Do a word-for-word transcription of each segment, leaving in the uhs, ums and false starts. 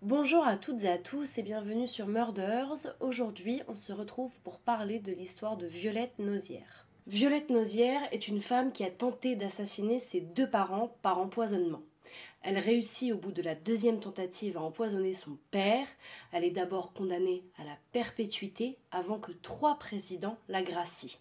Bonjour à toutes et à tous et bienvenue sur Murders. Aujourd'hui, on se retrouve pour parler de l'histoire de Violette Nozière. Violette Nozière est une femme qui a tenté d'assassiner ses deux parents par empoisonnement. Elle réussit au bout de la deuxième tentative à empoisonner son père. Elle est d'abord condamnée à la perpétuité avant que trois présidents la gracient.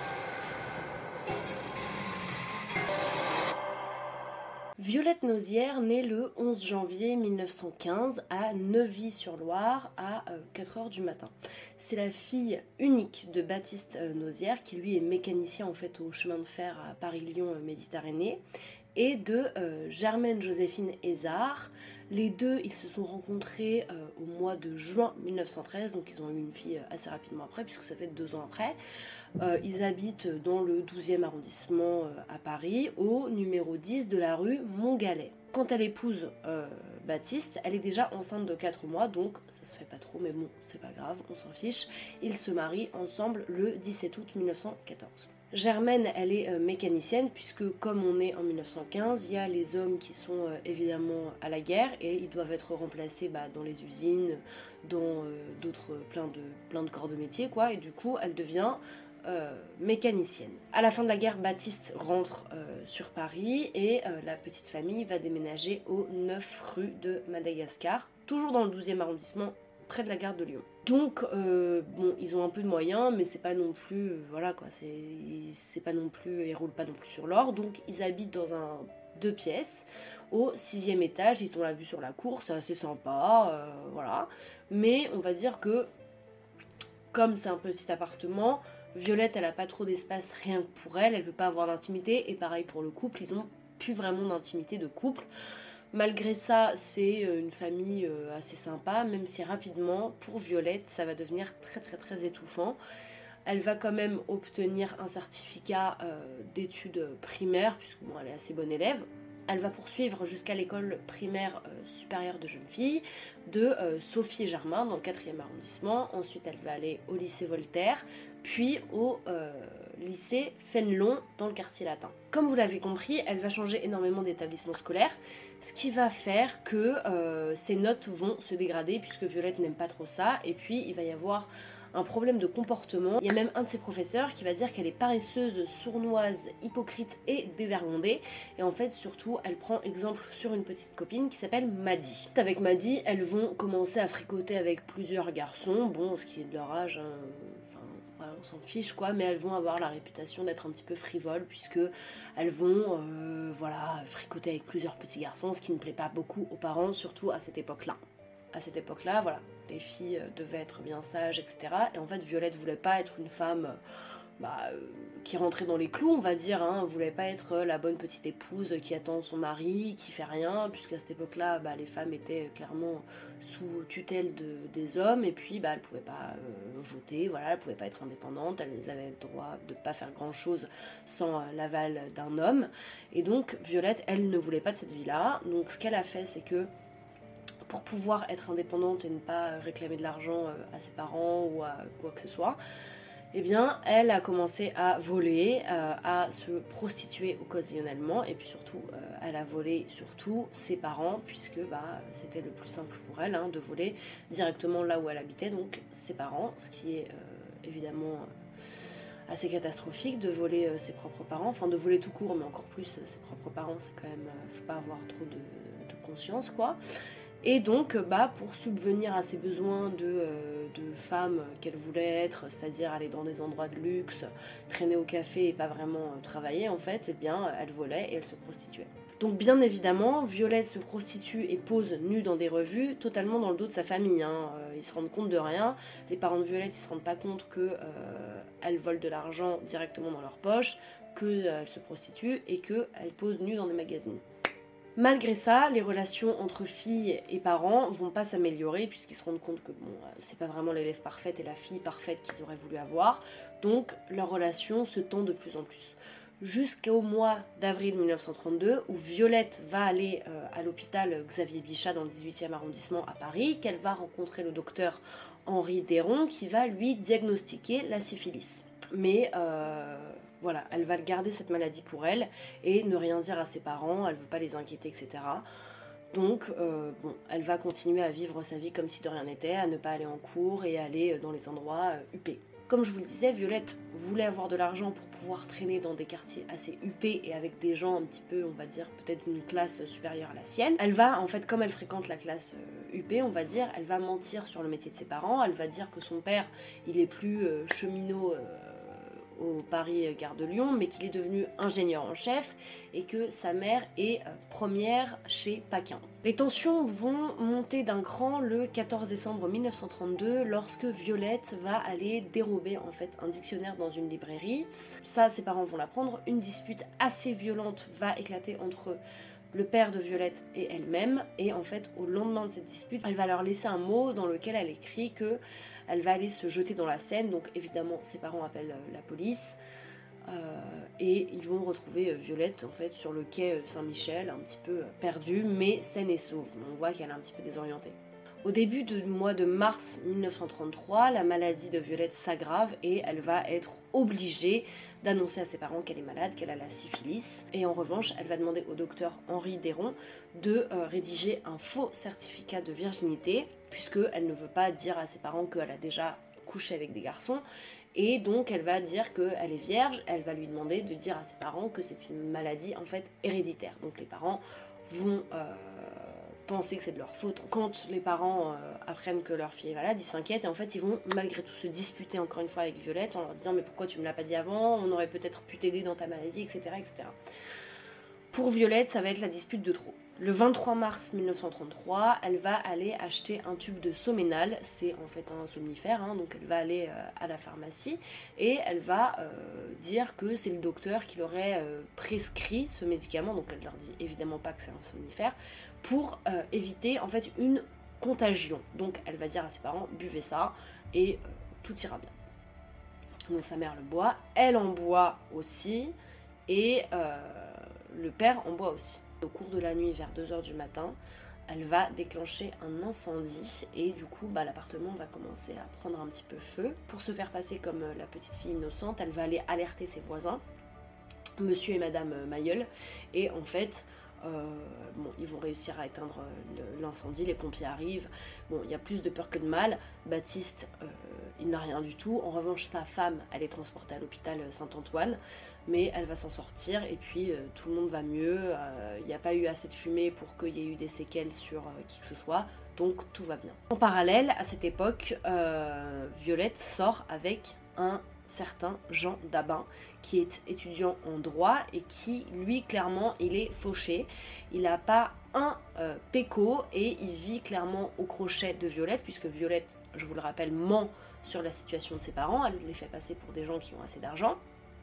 Violette Nozière naît le onze janvier mille neuf cent quinze à Neuvy-sur-Loire à quatre heures du matin. C'est la fille unique de Baptiste Nozière qui lui est mécanicien en fait au chemin de fer à Paris-Lyon-Méditerranée et de euh, Germaine Joséphine Hézard. Les deux, ils se sont rencontrés euh, au mois de juin mille neuf cent treize, donc ils ont eu une fille assez rapidement après, puisque ça fait deux ans après. Euh, ils habitent dans le douzième arrondissement euh, à Paris, au numéro dix de la rue Montgalais. Quand elle épouse euh, Baptiste, elle est déjà enceinte de quatre mois, donc ça se fait pas trop, mais bon, c'est pas grave, on s'en fiche. Ils se marient ensemble le dix-sept août mille neuf cent quatorze. Germaine, elle est euh, mécanicienne, puisque comme on est en mille neuf cent quinze, il y a les hommes qui sont euh, évidemment à la guerre et ils doivent être remplacés bah, dans les usines, dans euh, d'autres, plein de, plein de corps de métier, quoi, et du coup, elle devient Euh, mécanicienne. À la fin de la guerre, Baptiste rentre euh, sur Paris et euh, la petite famille va déménager au neuf rue de Madagascar, toujours dans le douzième arrondissement, près de la gare de Lyon. Donc, euh, bon, ils ont un peu de moyens, mais c'est pas non plus, euh, voilà quoi, c'est, c'est pas non plus, ils roulent pas non plus sur l'or, donc ils habitent dans un deux pièces au sixième étage, ils ont la vue sur la cour, c'est assez sympa, euh, voilà. Mais on va dire que, comme c'est un petit appartement, Violette, elle a pas trop d'espace rien que pour elle, elle peut pas avoir d'intimité, et pareil pour le couple, ils ont plus vraiment d'intimité de couple. Malgré ça, c'est une famille assez sympa, même si rapidement, pour Violette, ça va devenir très très très étouffant. Elle va quand même obtenir un certificat euh, d'études primaires, puisque bon, elle est assez bonne élève. Elle va poursuivre jusqu'à l'école primaire euh, supérieure de jeunes filles de euh, Sophie et Germain dans le quatrième arrondissement. Ensuite, elle va aller au lycée Voltaire, puis au euh, lycée Fénelon dans le quartier latin. Comme vous l'avez compris, elle va changer énormément d'établissement scolaire, ce qui va faire que euh, ses notes vont se dégrader puisque Violette n'aime pas trop ça. Et puis, il va y avoir un problème de comportement. Il y a même un de ses professeurs qui va dire qu'elle est paresseuse, sournoise, hypocrite et dévergondée. Et en fait, surtout, elle prend exemple sur une petite copine qui s'appelle Maddy. Avec Maddy, elles vont commencer à fricoter avec plusieurs garçons, bon, ce qui est de leur âge, hein, enfin, voilà, on s'en fiche quoi, mais elles vont avoir la réputation d'être un petit peu frivoles, puisque elles vont, euh, voilà, fricoter avec plusieurs petits garçons, ce qui ne plaît pas beaucoup aux parents, surtout à cette époque-là. À cette époque-là, voilà, les filles devaient être bien sages, et cetera. Et en fait, Violette voulait pas être une femme bah, euh, qui rentrait dans les clous, on va dire. Hein. Elle voulait pas être la bonne petite épouse qui attend son mari, qui fait rien, puisqu'à cette époque-là, bah, les femmes étaient clairement sous tutelle de, des hommes, et puis bah, elles pouvaient pas euh, voter, voilà, elles pouvaient pas être indépendantes, elles avaient le droit de pas faire grand-chose sans euh, l'aval d'un homme. Et donc, Violette, elle ne voulait pas de cette vie-là. Donc, ce qu'elle a fait, c'est que pour pouvoir être indépendante et ne pas réclamer de l'argent à ses parents ou à quoi que ce soit, eh bien, elle a commencé à voler, euh, à se prostituer occasionnellement, et puis surtout, euh, elle a volé surtout ses parents, puisque bah, c'était le plus simple pour elle hein, de voler directement là où elle habitait, donc ses parents, ce qui est euh, évidemment euh, assez catastrophique de voler euh, ses propres parents, enfin de voler tout court, mais encore plus euh, ses propres parents, c'est quand même, euh, faut pas avoir trop de, de conscience, quoi. Et donc, bah, pour subvenir à ses besoins de, euh, de femme qu'elle voulait être, c'est-à-dire aller dans des endroits de luxe, traîner au café et pas vraiment euh, travailler, en fait, eh bien, elle volait et elle se prostituait. Donc, bien évidemment, Violette se prostitue et pose nue dans des revues, totalement dans le dos de sa famille. Hein. Euh, ils se rendent compte de rien. Les parents de Violette, ils se rendent pas compte qu'elle euh, vole de l'argent directement dans leur poche, qu'elle euh, se prostitue et qu'elle pose nue dans des magazines. Malgré ça, les relations entre filles et parents vont pas s'améliorer puisqu'ils se rendent compte que bon, c'est pas vraiment l'élève parfaite et la fille parfaite qu'ils auraient voulu avoir. Donc leur relation se tend de plus en plus. Jusqu'au mois d'avril mille neuf cent trente-deux où Violette va aller euh, à l'hôpital Xavier Bichat dans le dix-huitième arrondissement à Paris, qu'elle va rencontrer le docteur Henri Déron qui va lui diagnostiquer la syphilis. Mais euh, voilà, elle va garder cette maladie pour elle et ne rien dire à ses parents, elle veut pas les inquiéter, et cetera. Donc, euh, bon, elle va continuer à vivre sa vie comme si de rien n'était, à ne pas aller en cours et aller dans les endroits euh, huppés. Comme je vous le disais, Violette voulait avoir de l'argent pour pouvoir traîner dans des quartiers assez huppés et avec des gens un petit peu, on va dire, peut-être d'une classe supérieure à la sienne. Elle va, en fait, comme elle fréquente la classe euh, huppée, on va dire, elle va mentir sur le métier de ses parents. Elle va dire que son père, il est plus euh, cheminot euh, au Paris Gare de Lyon, mais qu'il est devenu ingénieur en chef et que sa mère est euh, première chez Paquin. Les tensions vont monter d'un cran le quatorze décembre mille neuf cent trente-deux lorsque Violette va aller dérober en fait un dictionnaire dans une librairie. Ça, ses parents vont l'apprendre. Une dispute assez violente va éclater entre le père de Violette et elle-même, et en fait au lendemain de cette dispute, elle va leur laisser un mot dans lequel elle écrit que elle va aller se jeter dans la Seine. Donc évidemment ses parents appellent la police euh, et ils vont retrouver Violette en fait sur le quai Saint-Michel, un petit peu perdue mais saine et sauve. On voit qu'elle est un petit peu désorientée. Au début du mois de mars mille neuf cent trente-trois, la maladie de Violette s'aggrave et elle va être obligée d'annoncer à ses parents qu'elle est malade, qu'elle a la syphilis. Et en revanche, elle va demander au docteur Henri Déron de euh, rédiger un faux certificat de virginité, puisqu'elle ne veut pas dire à ses parents qu'elle a déjà couché avec des garçons. Et donc elle va dire qu'elle est vierge, elle va lui demander de dire à ses parents que c'est une maladie en fait héréditaire. Donc les parents vont... Euh, penser que c'est de leur faute. Quand les parents euh, apprennent que leur fille est malade, ils s'inquiètent et en fait ils vont malgré tout se disputer encore une fois avec Violette en leur disant mais pourquoi tu me l'as pas dit avant, on aurait peut-être pu t'aider dans ta maladie, et cetera, et cetera. Pour Violette, ça va être la dispute de trop. Le vingt-trois mars mille neuf cent trente-trois, elle va aller acheter un tube de Soménal, c'est en fait un somnifère, hein, donc elle va aller euh, à la pharmacie et elle va euh, dire que c'est le docteur qui leur aurait euh, prescrit ce médicament, donc elle leur dit évidemment pas que c'est un somnifère, pour euh, éviter en fait une contagion. Donc elle va dire à ses parents, buvez ça et euh, tout ira bien. Donc sa mère le boit, elle en boit aussi et euh, le père en boit aussi. Au cours de la nuit, vers deux heures du matin, elle va déclencher un incendie et du coup bah, l'appartement va commencer à prendre un petit peu feu. Pour se faire passer comme la petite fille innocente, elle va aller alerter ses voisins, monsieur et madame Mailleul, et en fait euh, bon, ils vont réussir à éteindre l'incendie, les pompiers arrivent. Bon, il y a plus de peur que de mal. Baptiste, euh, il n'a rien du tout. En revanche, sa femme, elle est transportée à l'hôpital Saint-Antoine, mais elle va s'en sortir et puis euh, tout le monde va mieux. Euh, il n'y a pas eu assez de fumée pour qu'il y ait eu des séquelles sur euh, qui que ce soit, donc tout va bien. En parallèle, à cette époque, euh, Violette sort avec un certain Jean Dabin, qui est étudiant en droit et qui, lui, clairement, il est fauché. Il n'a pas un euh, péco et il vit clairement au crochet de Violette, puisque Violette, je vous le rappelle, ment sur la situation de ses parents. Elle les fait passer pour des gens qui ont assez d'argent.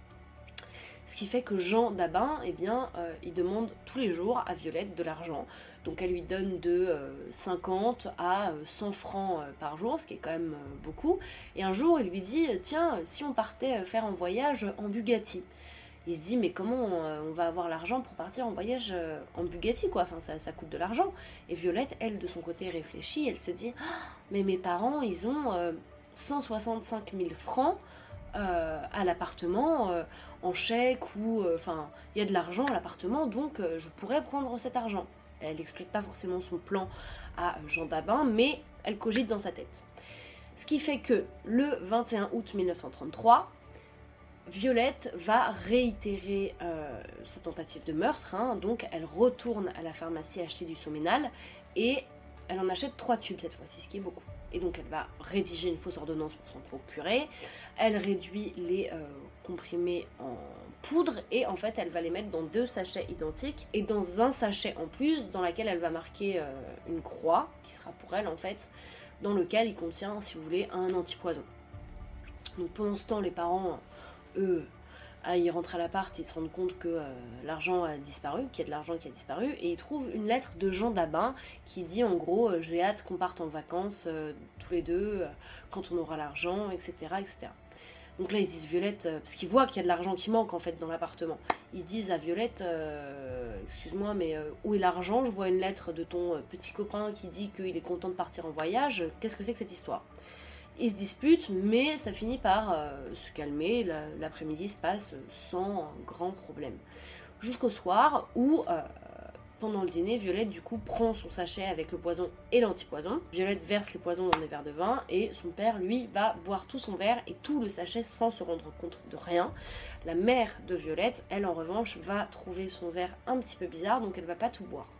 Ce qui fait que Jean Dabin, eh bien, euh, il demande tous les jours à Violette de l'argent. Donc elle lui donne de euh, cinquante à cent francs euh, par jour, ce qui est quand même euh, beaucoup. Et un jour, il lui dit, tiens, si on partait faire un voyage en Bugatti. Il se dit, mais comment on, euh, on va avoir l'argent pour partir en voyage euh, en Bugatti, quoi. Enfin, ça, ça coûte de l'argent. Et Violette, elle, de son côté, réfléchit. Elle se dit, ah, mais mes parents, ils ont euh, cent soixante-cinq mille francs euh, à l'appartement, euh, en chèque, ou... Enfin, euh, il y a de l'argent à l'appartement, donc euh, je pourrais prendre cet argent. Elle n'explique pas forcément son plan à Jean Dabin, mais elle cogite dans sa tête. Ce qui fait que le vingt et un août mille neuf cent trente-trois, Violette va réitérer euh, sa tentative de meurtre, hein, donc elle retourne à la pharmacie acheter du Soménal et elle en achète trois tubes cette fois-ci, ce qui est beaucoup. Et donc elle va rédiger une fausse ordonnance pour s'en procurer, elle réduit les euh, comprimés en poudre et en fait elle va les mettre dans deux sachets identiques et dans un sachet en plus dans lequel elle va marquer euh, une croix qui sera pour elle en fait, dans lequel il contient, si vous voulez, un antipoison. Donc pendant ce temps, les parents, eux, ah, ils rentrent à l'appart et ils se rendent compte que euh, l'argent a disparu, qu'il y a de l'argent qui a disparu, et ils trouvent une lettre de Jean Dabin qui dit en gros euh, j'ai hâte qu'on parte en vacances euh, tous les deux euh, quand on aura l'argent, et cetera, et cetera. Donc là ils disent Violette, euh, parce qu'ils voient qu'il y a de l'argent qui manque en fait dans l'appartement, ils disent à Violette, euh, excuse-moi mais euh, où est l'argent? Je vois une lettre de ton euh, petit copain qui dit qu'il est content de partir en voyage, qu'est-ce que c'est que cette histoire? Ils se disputent, mais ça finit par euh, se calmer, l'après-midi se passe sans grand problème. Jusqu'au soir où, euh, pendant le dîner, Violette du coup prend son sachet avec le poison et l'antipoison. Violette verse les poisons dans des verres de vin et son père, lui, va boire tout son verre et tout le sachet sans se rendre compte de rien. La mère de Violette, elle en revanche, va trouver son verre un petit peu bizarre, donc elle va pas tout boire.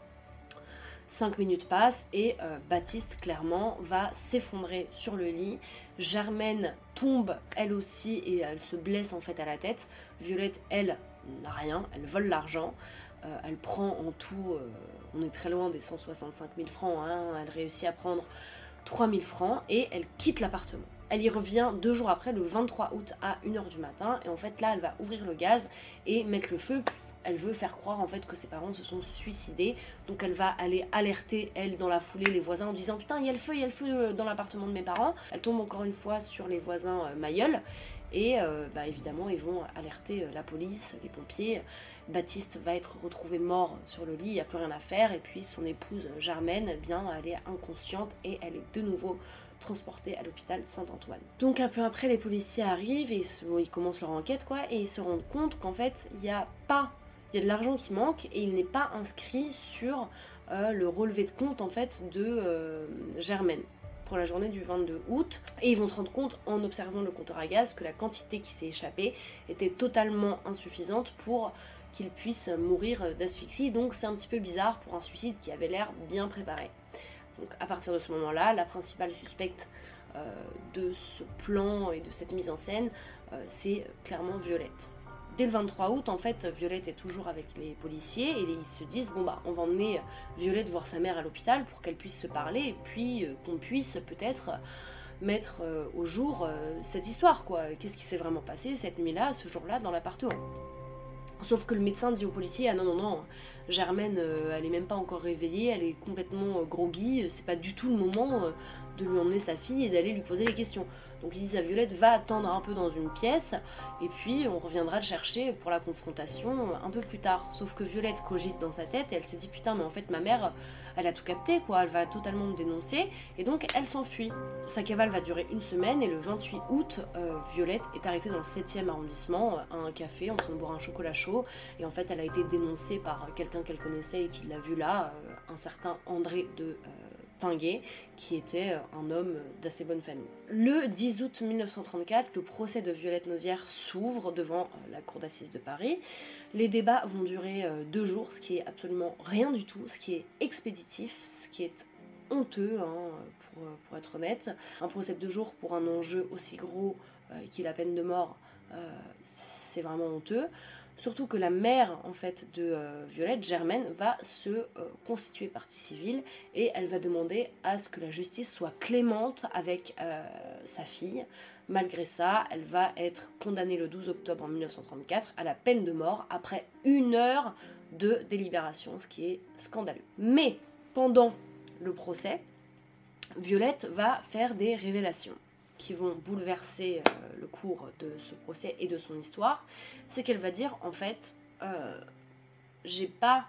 Cinq minutes passent et euh, Baptiste, clairement, va s'effondrer sur le lit. Germaine tombe, elle aussi, et elle se blesse en fait à la tête. Violette, elle, n'a rien, elle vole l'argent. Euh, elle prend en tout, euh, on est très loin des cent soixante-cinq mille francs, hein, elle réussit à prendre trois mille francs et elle quitte l'appartement. Elle y revient deux jours après, le vingt-trois août à une heure du matin, et en fait là, elle va ouvrir le gaz et mettre le feu. Elle veut faire croire en fait que ses parents se sont suicidés, donc elle va aller alerter, elle, dans la foulée, les voisins en disant « Putain, il y a le feu, il y a le feu dans l'appartement de mes parents ». Elle tombe encore une fois sur les voisins euh, Mayol, et euh, bah, évidemment, ils vont alerter euh, la police, les pompiers. Baptiste va être retrouvé mort sur le lit, il n'y a plus rien à faire, et puis son épouse Germaine, eh bien, elle est inconsciente, et elle est de nouveau transportée à l'hôpital Saint-Antoine. Donc un peu après, les policiers arrivent, et bon, ils commencent leur enquête, quoi, et ils se rendent compte qu'en fait, il n'y a pas... Il y a de l'argent qui manque et il n'est pas inscrit sur euh, le relevé de compte en fait de euh, Germaine pour la journée du vingt-deux août. Et ils vont se rendre compte en observant le compteur à gaz que la quantité qui s'est échappée était totalement insuffisante pour qu'il puisse mourir d'asphyxie. Donc c'est un petit peu bizarre pour un suicide qui avait l'air bien préparé. Donc à partir de ce moment-là, la principale suspecte euh, de ce plan et de cette mise en scène, euh, c'est clairement Violette. Dès le vingt-trois août, en fait, Violette est toujours avec les policiers et ils se disent bon bah on va emmener Violette voir sa mère à l'hôpital pour qu'elle puisse se parler et puis euh, qu'on puisse peut-être mettre euh, au jour euh, cette histoire, quoi. Qu'est-ce qui s'est vraiment passé cette nuit-là, ce jour-là, dans l'appartement. Sauf que le médecin dit aux policiers ah non non non, Germaine euh, elle est même pas encore réveillée, elle est complètement euh, groggy, c'est pas du tout le moment euh, de lui emmener sa fille et d'aller lui poser les questions. Donc ils disent à Violette va attendre un peu dans une pièce et puis on reviendra le chercher pour la confrontation un peu plus tard. Sauf que Violette cogite dans sa tête et elle se dit putain mais en fait ma mère elle a tout capté quoi, elle va totalement me dénoncer et donc elle s'enfuit. Sa cavale va durer une semaine et le vingt-huit août euh, Violette est arrêtée dans le septième arrondissement à un café en train de boire un chocolat chaud et en fait elle a été dénoncée par quelqu'un qu'elle connaissait et qui l'a vue là, euh, un certain André de euh, Pinguet, qui était un homme d'assez bonne famille. Le dix août mille neuf cent trente-quatre, le procès de Violette Nozière s'ouvre devant la cour d'assises de Paris. Les débats vont durer deux jours, ce qui est absolument rien du tout, ce qui est expéditif, ce qui est honteux, hein, pour, pour être honnête. Un procès de deux jours pour un enjeu aussi gros euh, qui est la peine de mort, euh, c'est vraiment honteux. Surtout que la mère en fait de euh, Violette, Germaine, va se euh, constituer partie civile et elle va demander à ce que la justice soit clémente avec euh, sa fille. Malgré ça, elle va être condamnée le douze octobre mille neuf cent trente-quatre à la peine de mort après une heure de délibération, ce qui est scandaleux. Mais pendant le procès, Violette va faire des révélations qui vont bouleverser euh, le cours de ce procès et de son histoire, c'est qu'elle va dire, en fait, euh, j'ai pas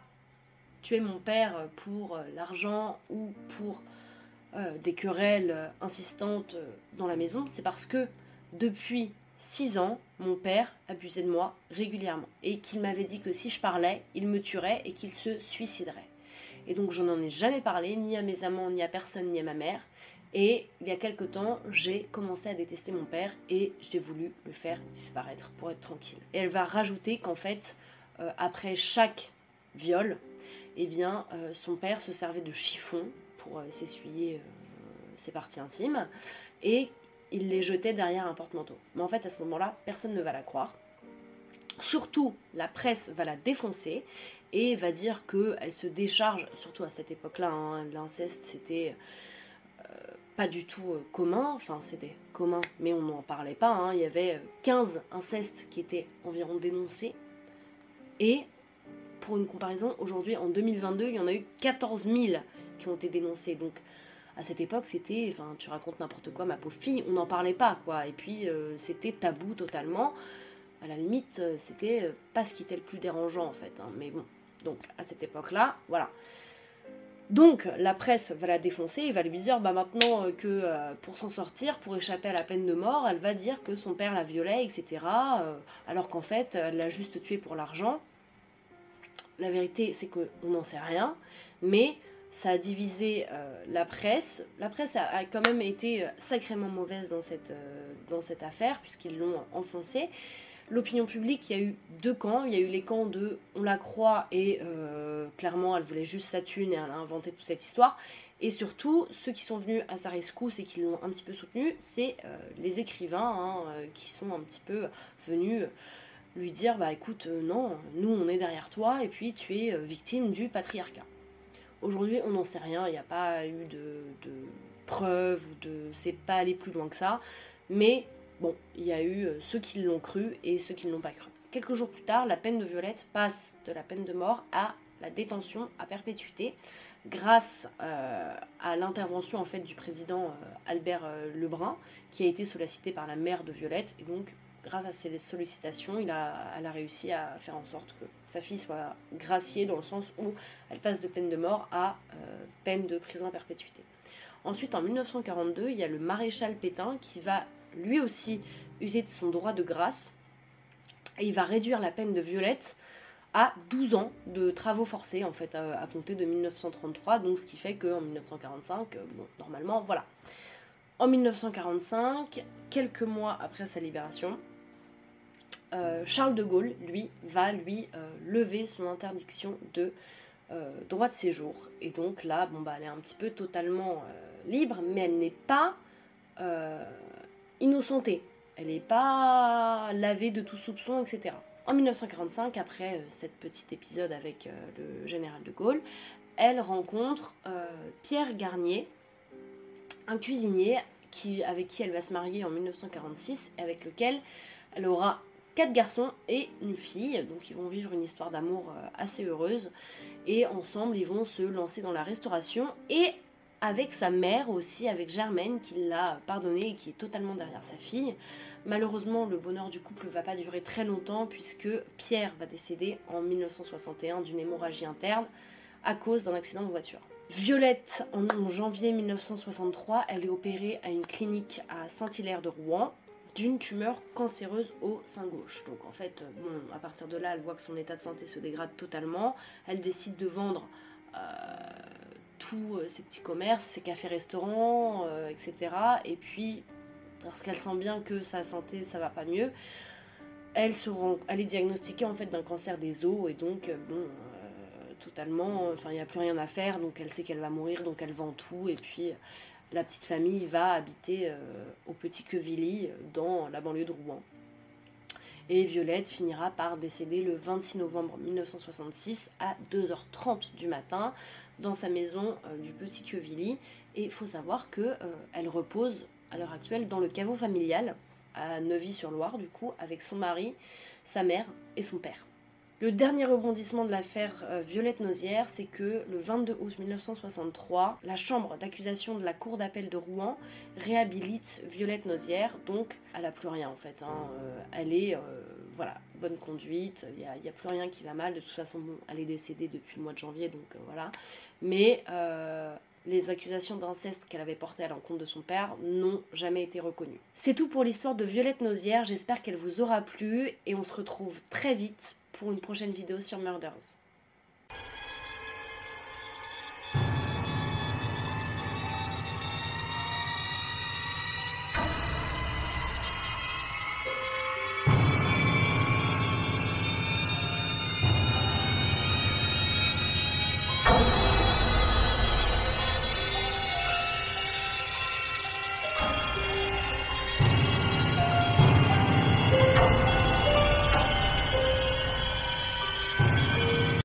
tué mon père pour l'argent ou pour euh, des querelles insistantes dans la maison, c'est parce que depuis six ans, mon père abusait de moi régulièrement et qu'il m'avait dit que si je parlais, il me tuerait et qu'il se suiciderait. Et donc je n'en ai jamais parlé, ni à mes amants, ni à personne, ni à ma mère. Et il y a quelque temps, j'ai commencé à détester mon père et j'ai voulu le faire disparaître pour être tranquille. Et elle va rajouter qu'en fait, euh, après chaque viol, eh bien, euh, son père se servait de chiffon pour euh, s'essuyer euh, ses parties intimes et il les jetait derrière un porte-manteau. Mais en fait, à ce moment-là, personne ne va la croire. Surtout, la presse va la défoncer et va dire qu'elle se décharge, surtout à cette époque-là, hein, l'inceste c'était euh, pas du tout euh, commun, enfin c'était commun, mais on n'en parlait pas, hein. Il y avait quinze incestes qui étaient environ dénoncés, et pour une comparaison, aujourd'hui en deux mille vingt-deux, il y en a eu quatorze mille qui ont été dénoncés, donc à cette époque c'était, enfin tu racontes n'importe quoi ma pauvre fille, on n'en parlait pas quoi, et puis euh, c'était tabou totalement. À la limite, c'était pas ce qui était le plus dérangeant en fait, hein. Mais bon, donc à cette époque-là, voilà. Donc la presse va la défoncer et va lui dire, bah maintenant que euh, pour s'en sortir, pour échapper à la peine de mort, elle va dire que son père la violait, et cetera. Euh, alors qu'en fait, elle l'a juste tué pour l'argent. la vérité c'est qu'on n'en sait rien, mais ça a divisé euh, la presse. La presse a, a quand même été sacrément mauvaise dans cette, euh, dans cette affaire, puisqu'ils l'ont enfoncée. L'opinion publique, il y a eu deux camps. Il y a eu les camps de on la croit et euh, clairement elle voulait juste sa thune et elle a inventé toute cette histoire. Et surtout, ceux qui sont venus à sa rescousse et qui l'ont un petit peu soutenu, c'est euh, les écrivains hein, euh, qui sont un petit peu venus lui dire bah écoute, euh, non, nous on est derrière toi et puis tu es euh, victime du patriarcat. Aujourd'hui, on n'en sait rien, il n'y a pas eu de, de preuves, ou de, c'est pas allé plus loin que ça, mais bon, il y a eu ceux qui l'ont cru et ceux qui ne l'ont pas cru. Quelques jours plus tard, la peine de Violette passe de la peine de mort à la détention à perpétuité, grâce euh, à l'intervention en fait du président euh, Albert euh, Lebrun, qui a été sollicité par la mère de Violette, et donc grâce à ces sollicitations, il a, elle a réussi à faire en sorte que sa fille soit graciée dans le sens où elle passe de peine de mort à euh, peine de prison à perpétuité. Ensuite, en mille neuf cent quarante-deux, il y a le maréchal Pétain qui va lui aussi user de son droit de grâce et il va réduire la peine de Violette à douze ans de travaux forcés en fait à, à compter de mille neuf cent trente-trois, donc ce qui fait qu'en mille neuf cent quarante-cinq, euh, bon, normalement, voilà. En mille neuf cent quarante-cinq, quelques mois après sa libération, euh, Charles de Gaulle, lui, va lui euh, lever son interdiction de euh, droit de séjour. Et donc là, bon, bah, elle est un petit peu totalement euh, libre, mais elle n'est pas euh, innocentée. Elle n'est pas lavée de tout soupçon, et cetera. En mille neuf cent quarante-cinq, après euh, cet petit épisode avec euh, le général de Gaulle, elle rencontre euh, Pierre Garnier, un cuisinier qui, avec qui elle va se marier en mille neuf cent quarante-six et avec lequel elle aura quatre garçons et une fille. Donc ils vont vivre une histoire d'amour assez heureuse et ensemble ils vont se lancer dans la restauration et avec sa mère aussi, avec Germaine qui l'a pardonné et qui est totalement derrière sa fille. Malheureusement le bonheur du couple ne va pas durer très longtemps puisque Pierre va décéder en mille neuf cent soixante et un d'une hémorragie interne à cause d'un accident de voiture. Violette, en janvier mille neuf cent soixante-trois, elle est opérée à une clinique à Saint-Hilaire de Rouen d'une tumeur cancéreuse au sein gauche. Donc en fait, bon, à partir de là, elle voit que son état de santé se dégrade totalement. Elle décide de vendre euh, tous ses petits commerces, ses cafés-restaurants, euh, et cetera. Et puis, parce qu'elle sent bien que sa santé, ça va pas mieux, elle, se rend, elle est diagnostiquée en fait d'un cancer des os et donc, bon... totalement, enfin il n'y a plus rien à faire, donc elle sait qu'elle va mourir, donc elle vend tout, et puis la petite famille va habiter euh, au Petit Quevilly, dans la banlieue de Rouen. Et Violette finira par décéder le vingt-six novembre mille neuf cent soixante-six à deux heures trente du matin dans sa maison euh, du Petit Quevilly, et il faut savoir qu'elle euh, repose à l'heure actuelle dans le caveau familial à Neuvy-sur-Loire, du coup, avec son mari, sa mère et son père. Le dernier rebondissement de l'affaire euh, Violette Nozière, c'est que le vingt-deux août mille neuf cent soixante-trois, la chambre d'accusation de la cour d'appel de Rouen réhabilite Violette Nozière, donc elle n'a plus rien en fait. Hein. Euh, elle est, euh, voilà, bonne conduite, il n'y a, y a plus rien qui va mal, de toute façon bon, elle est décédée depuis le mois de janvier, donc euh, voilà. Mais euh, les accusations d'inceste qu'elle avait portées à l'encontre de son père n'ont jamais été reconnues. C'est tout pour l'histoire de Violette Nozière, j'espère qu'elle vous aura plu et on se retrouve très vite pour une prochaine vidéo sur Murders.